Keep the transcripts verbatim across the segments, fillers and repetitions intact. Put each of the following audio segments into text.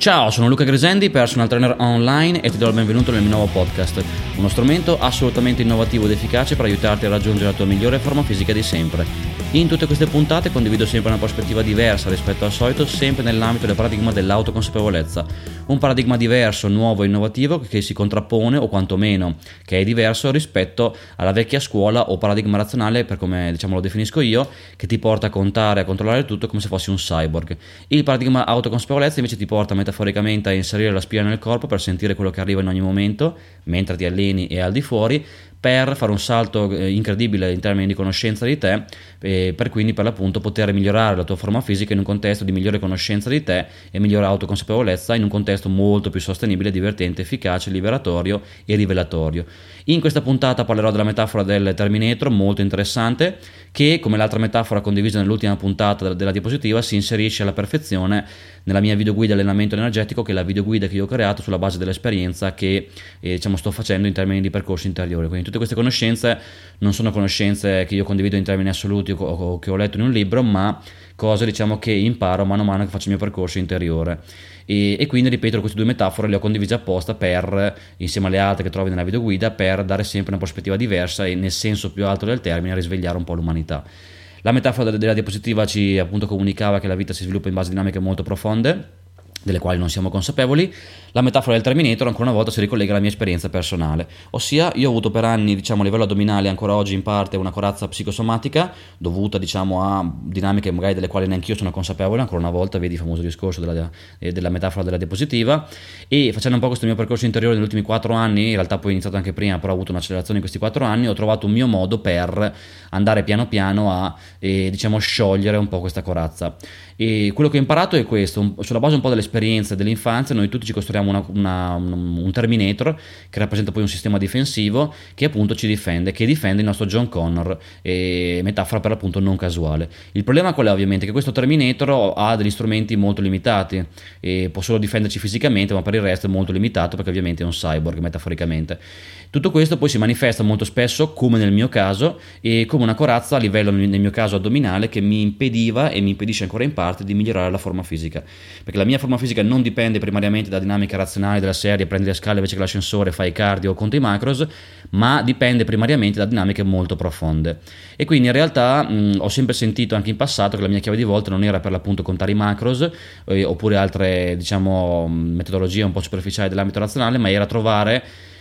Ciao, sono Luca Gresendi, personal trainer online e ti do il benvenuto nel mio nuovo podcast, uno strumento assolutamente innovativo ed efficace per aiutarti a raggiungere la tua migliore forma fisica di sempre. In tutte queste puntate condivido sempre una prospettiva diversa rispetto al solito, sempre nell'ambito del paradigma dell'autoconsapevolezza, un paradigma diverso, nuovo e innovativo che si contrappone o quantomeno che è diverso rispetto alla vecchia scuola o paradigma razionale, per come diciamo lo definisco io, che ti porta a contare, a controllare tutto come se fossi un cyborg. Il paradigma autoconsapevolezza invece ti porta metaforicamente a inserire la spina nel corpo per sentire quello che arriva in ogni momento, mentre ti alleni e al di fuori, per fare un salto incredibile in termini di conoscenza di te, e per quindi per l'appunto poter migliorare la tua forma fisica in un contesto di migliore conoscenza di te e migliore autoconsapevolezza in un contesto molto più sostenibile, divertente, efficace, liberatorio e rivelatorio. In questa puntata parlerò della metafora del Terminator, molto interessante, che come l'altra metafora condivisa nell'ultima puntata della diapositiva si inserisce alla perfezione nella mia videoguida allenamento energetico, che è la videoguida che io ho creato sulla base dell'esperienza che eh, diciamo sto facendo in termini di percorso interiore. Quindi tutte queste conoscenze non sono conoscenze che io condivido in termini assoluti o, o che ho letto in un libro, ma cose diciamo che imparo mano a mano che faccio il mio percorso interiore. E, e quindi ripeto, queste due metafore le ho condivise apposta per, insieme alle altre che trovi nella videoguida, per dare sempre una prospettiva diversa e nel senso più alto del termine risvegliare un po' l'umanità. La metafora della diapositiva ci appunto comunicava che la vita si sviluppa in base a dinamiche molto profonde, delle quali non siamo consapevoli. La metafora del Terminator ancora una volta si ricollega alla mia esperienza personale, ossia io ho avuto per anni, diciamo a livello addominale, ancora oggi in parte, una corazza psicosomatica dovuta diciamo a dinamiche magari delle quali neanche io sono consapevole. Ancora una volta vedi il famoso discorso della, della metafora della diapositiva. E facendo un po' questo mio percorso interiore negli ultimi quattro anni, in realtà poi ho iniziato anche prima, però ho avuto un'accelerazione in questi quattro anni, ho trovato un mio modo per andare piano piano a eh, diciamo sciogliere un po' questa corazza. E quello che ho imparato è questo: sulla base un po' dell'esperienza dell'infanzia, noi tutti ci costruiamo una, una, un Terminator che rappresenta poi un sistema difensivo che appunto ci difende, che difende il nostro John Connor, e metafora per l'appunto non casuale. Il problema qual è? Ovviamente che questo Terminator ha degli strumenti molto limitati e può solo difenderci fisicamente, ma per il resto è molto limitato perché ovviamente è un cyborg metaforicamente. Tutto questo poi si manifesta molto spesso, come nel mio caso, e come una corazza a livello, nel mio caso addominale, che mi impediva e mi impedisce ancora in parte di migliorare la forma fisica, perché la mia forma fisica non dipende primariamente da dinamiche razionali della serie prendi le scale invece che l'ascensore, fai cardio o conti i macros, ma dipende primariamente da dinamiche molto profonde. E quindi in realtà mh, ho sempre sentito anche in passato che la mia chiave di volta non era per l'appunto contare i macros eh, oppure altre diciamo metodologie un po' superficiali dell'ambito razionale, ma era trovare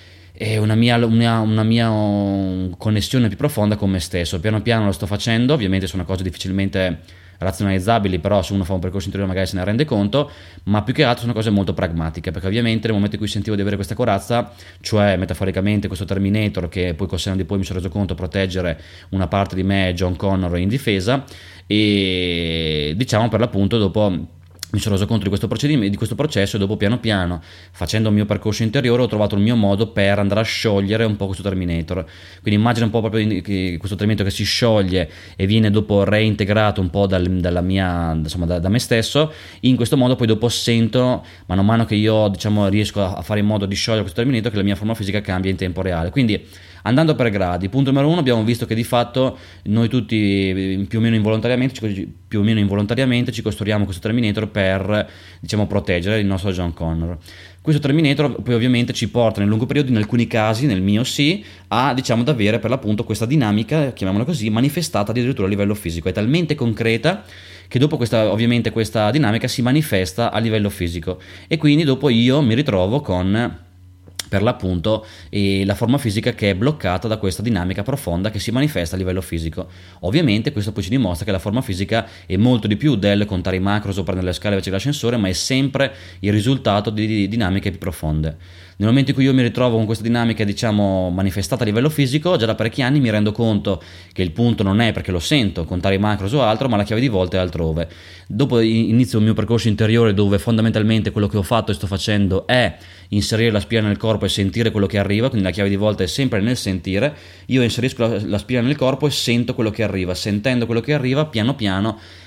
è una mia, una, una mia connessione più profonda con me stesso. Piano piano lo sto facendo, ovviamente sono cose difficilmente razionalizzabili, però se uno fa un percorso interiore magari se ne rende conto, ma più che altro sono cose molto pragmatiche, perché ovviamente nel momento in cui sentivo di avere questa corazza, cioè metaforicamente questo Terminator che poi col senno di poi mi sono reso conto proteggere una parte di me, John Connor, in difesa, e diciamo per l'appunto dopo mi sono reso conto di questo procedimento, di questo processo, e dopo piano piano, facendo il mio percorso interiore, ho trovato il mio modo per andare a sciogliere un po' questo Terminator. Quindi immagina un po' proprio questo Terminator che si scioglie e viene dopo reintegrato un po' dal, dalla mia, insomma, da, da me stesso. In questo modo poi dopo sento, mano a mano che io diciamo riesco a fare in modo di sciogliere questo Terminator, che la mia forma fisica cambia in tempo reale. Quindi andando per gradi, punto numero uno, abbiamo visto che di fatto noi tutti più o meno involontariamente, più o meno involontariamente ci costruiamo questo Terminator per diciamo proteggere il nostro John Connor. Questo Terminator poi ovviamente ci porta nel lungo periodo, in alcuni casi, nel mio sì, a diciamo ad avere per l'appunto questa dinamica, chiamiamola così, manifestata addirittura a livello fisico. È talmente concreta che dopo questa, ovviamente questa dinamica si manifesta a livello fisico, e quindi dopo io mi ritrovo con per l'appunto e la forma fisica che è bloccata da questa dinamica profonda che si manifesta a livello fisico. Ovviamente questo poi ci dimostra che la forma fisica è molto di più del contare i macros o prendere le scale invece che l'ascensore, ma è sempre il risultato di dinamiche più profonde. Nel momento in cui io mi ritrovo con questa dinamica diciamo manifestata a livello fisico, già da parecchi anni mi rendo conto che il punto non è perché lo sento, contare i macros o altro, ma la chiave di volta è altrove. Dopo inizio il mio percorso interiore, dove fondamentalmente quello che ho fatto e sto facendo è inserire la spina nel corpo e sentire quello che arriva, quindi la chiave di volta è sempre nel sentire. Io inserisco la, la spina nel corpo e sento quello che arriva, sentendo quello che arriva piano piano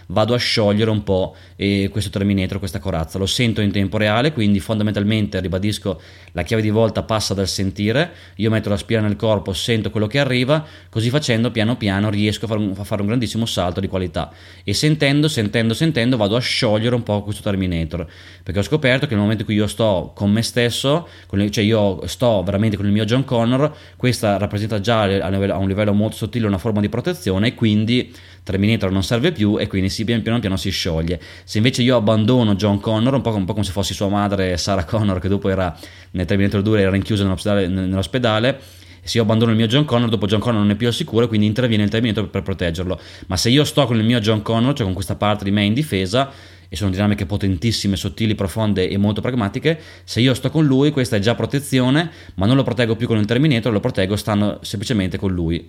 vado a sciogliere un po' eh, questo Terminator, questa corazza, lo sento in tempo reale, quindi fondamentalmente, ribadisco, la chiave di volta passa dal sentire, io metto la spina nel corpo, sento quello che arriva, così facendo piano piano riesco a fare un, a fare un grandissimo salto di qualità, e sentendo, sentendo, sentendo vado a sciogliere un po' questo Terminator, perché ho scoperto che nel momento in cui io sto con me stesso, con le, cioè io sto veramente con il mio John Connor, questa rappresenta già a un livello molto sottile una forma di protezione, e quindi Terminator non serve più e quindi si pian piano, piano si scioglie. Se invece io abbandono John Connor, un po', un po' come se fossi sua madre Sarah Connor, che dopo era nel Terminator due era rinchiusa nell'ospedale, nell'ospedale, se io abbandono il mio John Connor, dopo John Connor non è più al sicuro, quindi interviene il Terminator per proteggerlo. Ma se io sto con il mio John Connor, cioè con questa parte di me in difesa, e sono dinamiche potentissime, sottili, profonde e molto pragmatiche, se io sto con lui questa è già protezione, ma non lo proteggo più con il Terminator, lo proteggo stando semplicemente con lui.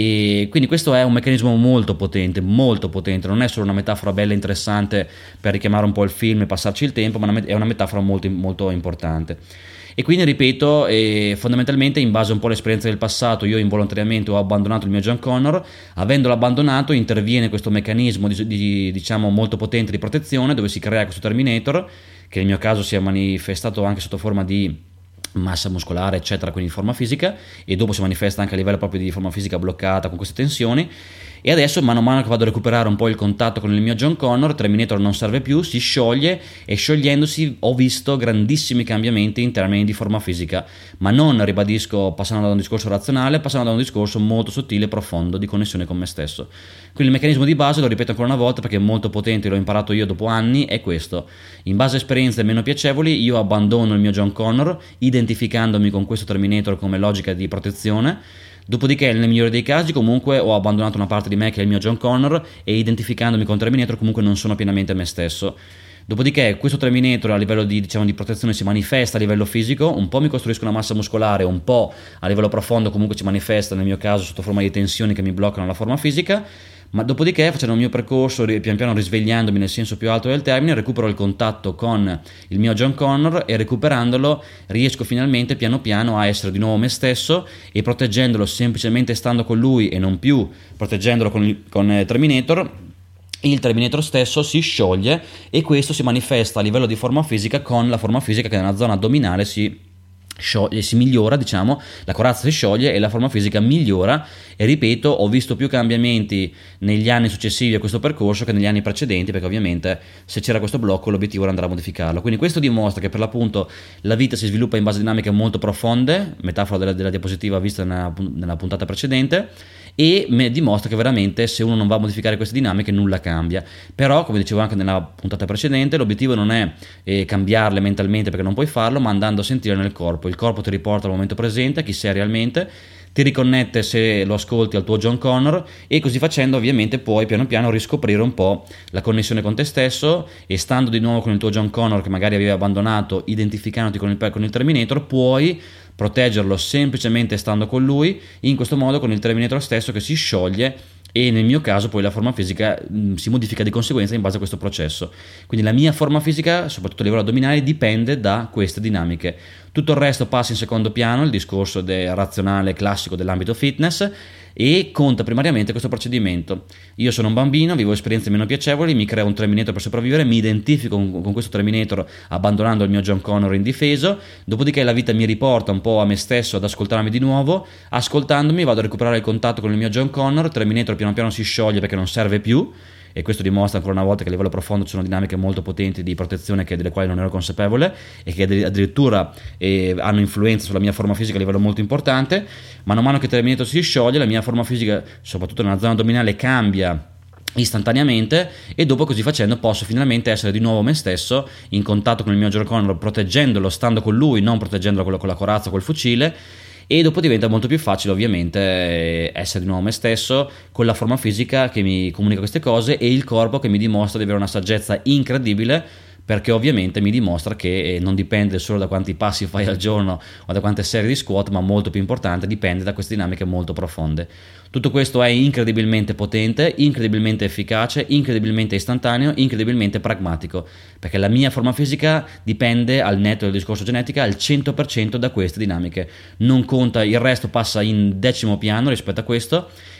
E quindi questo è un meccanismo molto potente, molto potente, non è solo una metafora bella e interessante per richiamare un po' il film e passarci il tempo, ma è una metafora molto, molto importante. E quindi ripeto, eh, fondamentalmente in base un po' all'esperienza del passato, io involontariamente ho abbandonato il mio John Connor, avendolo abbandonato interviene questo meccanismo di, di, diciamo molto potente di protezione, dove si crea questo Terminator, che nel mio caso si è manifestato anche sotto forma di massa muscolare eccetera, quindi in forma fisica, e dopo si manifesta anche a livello proprio di forma fisica bloccata con queste tensioni. E adesso mano a mano che vado a recuperare un po' il contatto con il mio John Connor, Terminator non serve più, si scioglie, e sciogliendosi ho visto grandissimi cambiamenti in termini di forma fisica, ma non, ribadisco, passando da un discorso razionale, passando da un discorso molto sottile e profondo di connessione con me stesso. Quindi il meccanismo di base, lo ripeto ancora una volta perché è molto potente, l'ho imparato io dopo anni, è questo: in base a esperienze meno piacevoli io abbandono il mio John Connor identificandomi con questo Terminator come logica di protezione. Dopodiché, nel migliore dei casi, comunque ho abbandonato una parte di me che è il mio John Connor, e identificandomi con Terminator comunque non sono pienamente me stesso. Dopodiché questo Terminator a livello di, diciamo, di protezione si manifesta a livello fisico, un po' mi costruisco una massa muscolare, un po' a livello profondo comunque ci manifesta nel mio caso sotto forma di tensioni che mi bloccano la forma fisica. Ma dopodiché, facendo il mio percorso, pian piano risvegliandomi nel senso più alto del termine, recupero il contatto con il mio John Connor, e recuperandolo riesco finalmente piano piano a essere di nuovo me stesso, e proteggendolo semplicemente stando con lui e non più proteggendolo con, il, con Terminator, il Terminator stesso si scioglie, e questo si manifesta a livello di forma fisica con la forma fisica che nella zona addominale si Scioglie, si migliora, diciamo, la corazza si scioglie e la forma fisica migliora. E ripeto, ho visto più cambiamenti negli anni successivi a questo percorso che negli anni precedenti, perché ovviamente se c'era questo blocco l'obiettivo era andare a modificarlo. Quindi questo dimostra che per l'appunto la vita si sviluppa in base a dinamiche molto profonde, metafora della, della diapositiva vista nella, nella puntata precedente, e dimostra che veramente se uno non va a modificare queste dinamiche nulla cambia. Però, come dicevo anche nella puntata precedente, l'obiettivo non è eh, cambiarle mentalmente, perché non puoi farlo, ma andando a sentire nel corpo. Il corpo ti riporta al momento presente, a chi sei realmente, ti riconnette se lo ascolti al tuo John Connor, e così facendo ovviamente puoi piano piano riscoprire un po' la connessione con te stesso, e stando di nuovo con il tuo John Connor che magari avevi abbandonato, identificandoti con il, con il Terminator, puoi proteggerlo semplicemente stando con lui, in questo modo con il Terminator stesso che si scioglie, e nel mio caso poi la forma fisica mh, si modifica di conseguenza in base a questo processo. Quindi la mia forma fisica, soprattutto a livello addominale, dipende da queste dinamiche. Tutto il resto passa in secondo piano, il discorso del razionale classico dell'ambito fitness, e conta primariamente questo procedimento. Io sono un bambino, vivo esperienze meno piacevoli, mi creo un Terminator per sopravvivere, mi identifico con, con questo Terminator abbandonando il mio John Connor indifeso, dopodiché la vita mi riporta un po' a me stesso ad ascoltarmi di nuovo, ascoltandomi vado a recuperare il contatto con il mio John Connor, Terminator piano piano si scioglie perché non serve più, e questo dimostra ancora una volta che a livello profondo ci sono dinamiche molto potenti di protezione che, delle quali non ero consapevole, e che addirittura eh, hanno influenza sulla mia forma fisica a livello molto importante. Mano a mano che il Terminator si scioglie, la mia forma fisica, soprattutto nella zona addominale, cambia istantaneamente, e dopo così facendo posso finalmente essere di nuovo me stesso in contatto con il mio John Connor, proteggendolo stando con lui, non proteggendolo con la, con la corazza, col fucile. E dopo diventa molto più facile ovviamente essere di nuovo me stesso, con la forma fisica che mi comunica queste cose, e il corpo che mi dimostra di avere una saggezza incredibile, perché ovviamente mi dimostra che non dipende solo da quanti passi fai al giorno o da quante serie di squat, ma molto più importante dipende da queste dinamiche molto profonde. Tutto questo è incredibilmente potente, incredibilmente efficace, incredibilmente istantaneo, incredibilmente pragmatico, perché la mia forma fisica dipende, al netto del discorso genetica, al cento per cento da queste dinamiche. Non conta, il resto passa in decimo piano rispetto a questo,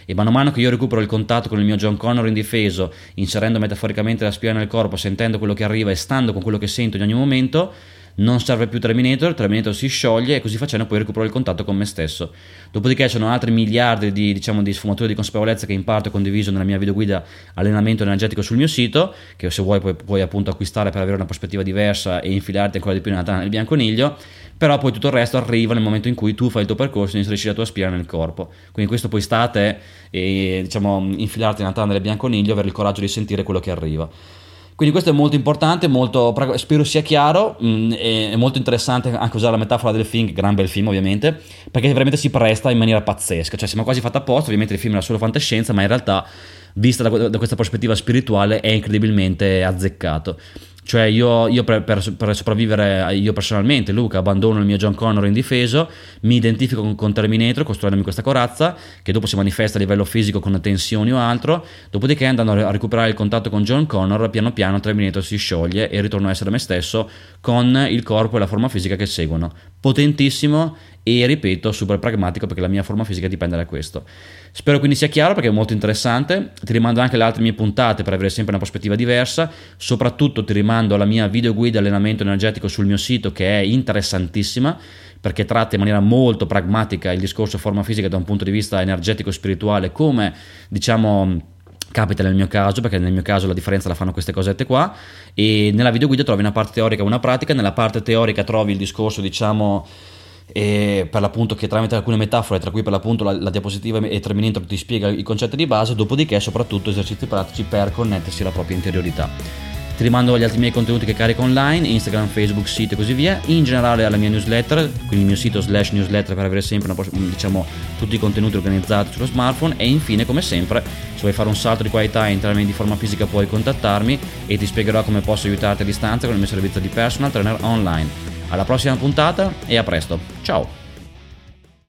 e mano a mano che io recupero il contatto con il mio John Connor indifeso, inserendo metaforicamente la spina nel corpo, sentendo quello che arriva e stando con quello che sento in ogni momento, non serve più Terminator, Terminator si scioglie e così facendo poi recupero il contatto con me stesso. Dopodiché ci sono altri miliardi di, diciamo, di sfumature di consapevolezza che in parte ho condiviso nella mia videoguida allenamento energetico sul mio sito, che se vuoi puoi, puoi appunto acquistare per avere una prospettiva diversa e infilarti ancora di più nella tana del bianconiglio, però poi tutto il resto arriva nel momento in cui tu fai il tuo percorso e inserisci la tua spina nel corpo. Quindi questo poi sta a te e, diciamo, infilarti nella tana del bianconiglio, avere il coraggio di sentire quello che arriva. Quindi questo è molto importante, molto, spero sia chiaro, mh, è molto interessante anche usare la metafora del film, gran bel film ovviamente, perché veramente si presta in maniera pazzesca, cioè siamo quasi fatti apposta, ovviamente il film è solo fantascienza, ma in realtà vista da, da questa prospettiva spirituale è incredibilmente azzeccato. Cioè io, io per, per, per sopravvivere, io personalmente, Luca, abbandono il mio John Connor indifeso, mi identifico con, con Terminator, costruendomi questa corazza, che dopo si manifesta a livello fisico con tensioni o altro, dopodiché andando a recuperare il contatto con John Connor, piano piano Terminator si scioglie e ritorno a essere me stesso con il corpo e la forma fisica che seguono. Potentissimo e, ripeto, super pragmatico perché la mia forma fisica dipende da questo. Spero quindi sia chiaro perché è molto interessante. Ti rimando anche alle altre mie puntate per avere sempre una prospettiva diversa, soprattutto ti rimando alla mia videoguida allenamento energetico sul mio sito, che è interessantissima perché tratta in maniera molto pragmatica il discorso forma fisica da un punto di vista energetico spirituale, come diciamo capita nel mio caso, perché nel mio caso la differenza la fanno queste cosette qua. E nella videoguida trovi una parte teorica e una pratica. Nella parte teorica trovi il discorso, diciamo, e per l'appunto che tramite alcune metafore, tra cui per l'appunto la, la diapositiva e Terminator ti spiega i concetti di base, dopodiché soprattutto esercizi pratici per connettersi alla propria interiorità. Ti rimando agli altri miei contenuti che carico online, Instagram, Facebook, sito e così via, in generale alla mia newsletter, quindi il mio sito slash newsletter per avere sempre una, diciamo, tutti i contenuti organizzati sullo smartphone. E infine, come sempre, se vuoi fare un salto di qualità in termini di forma fisica puoi contattarmi e ti spiegherò come posso aiutarti a distanza con il mio servizio di personal trainer online. Alla prossima puntata e a presto, ciao!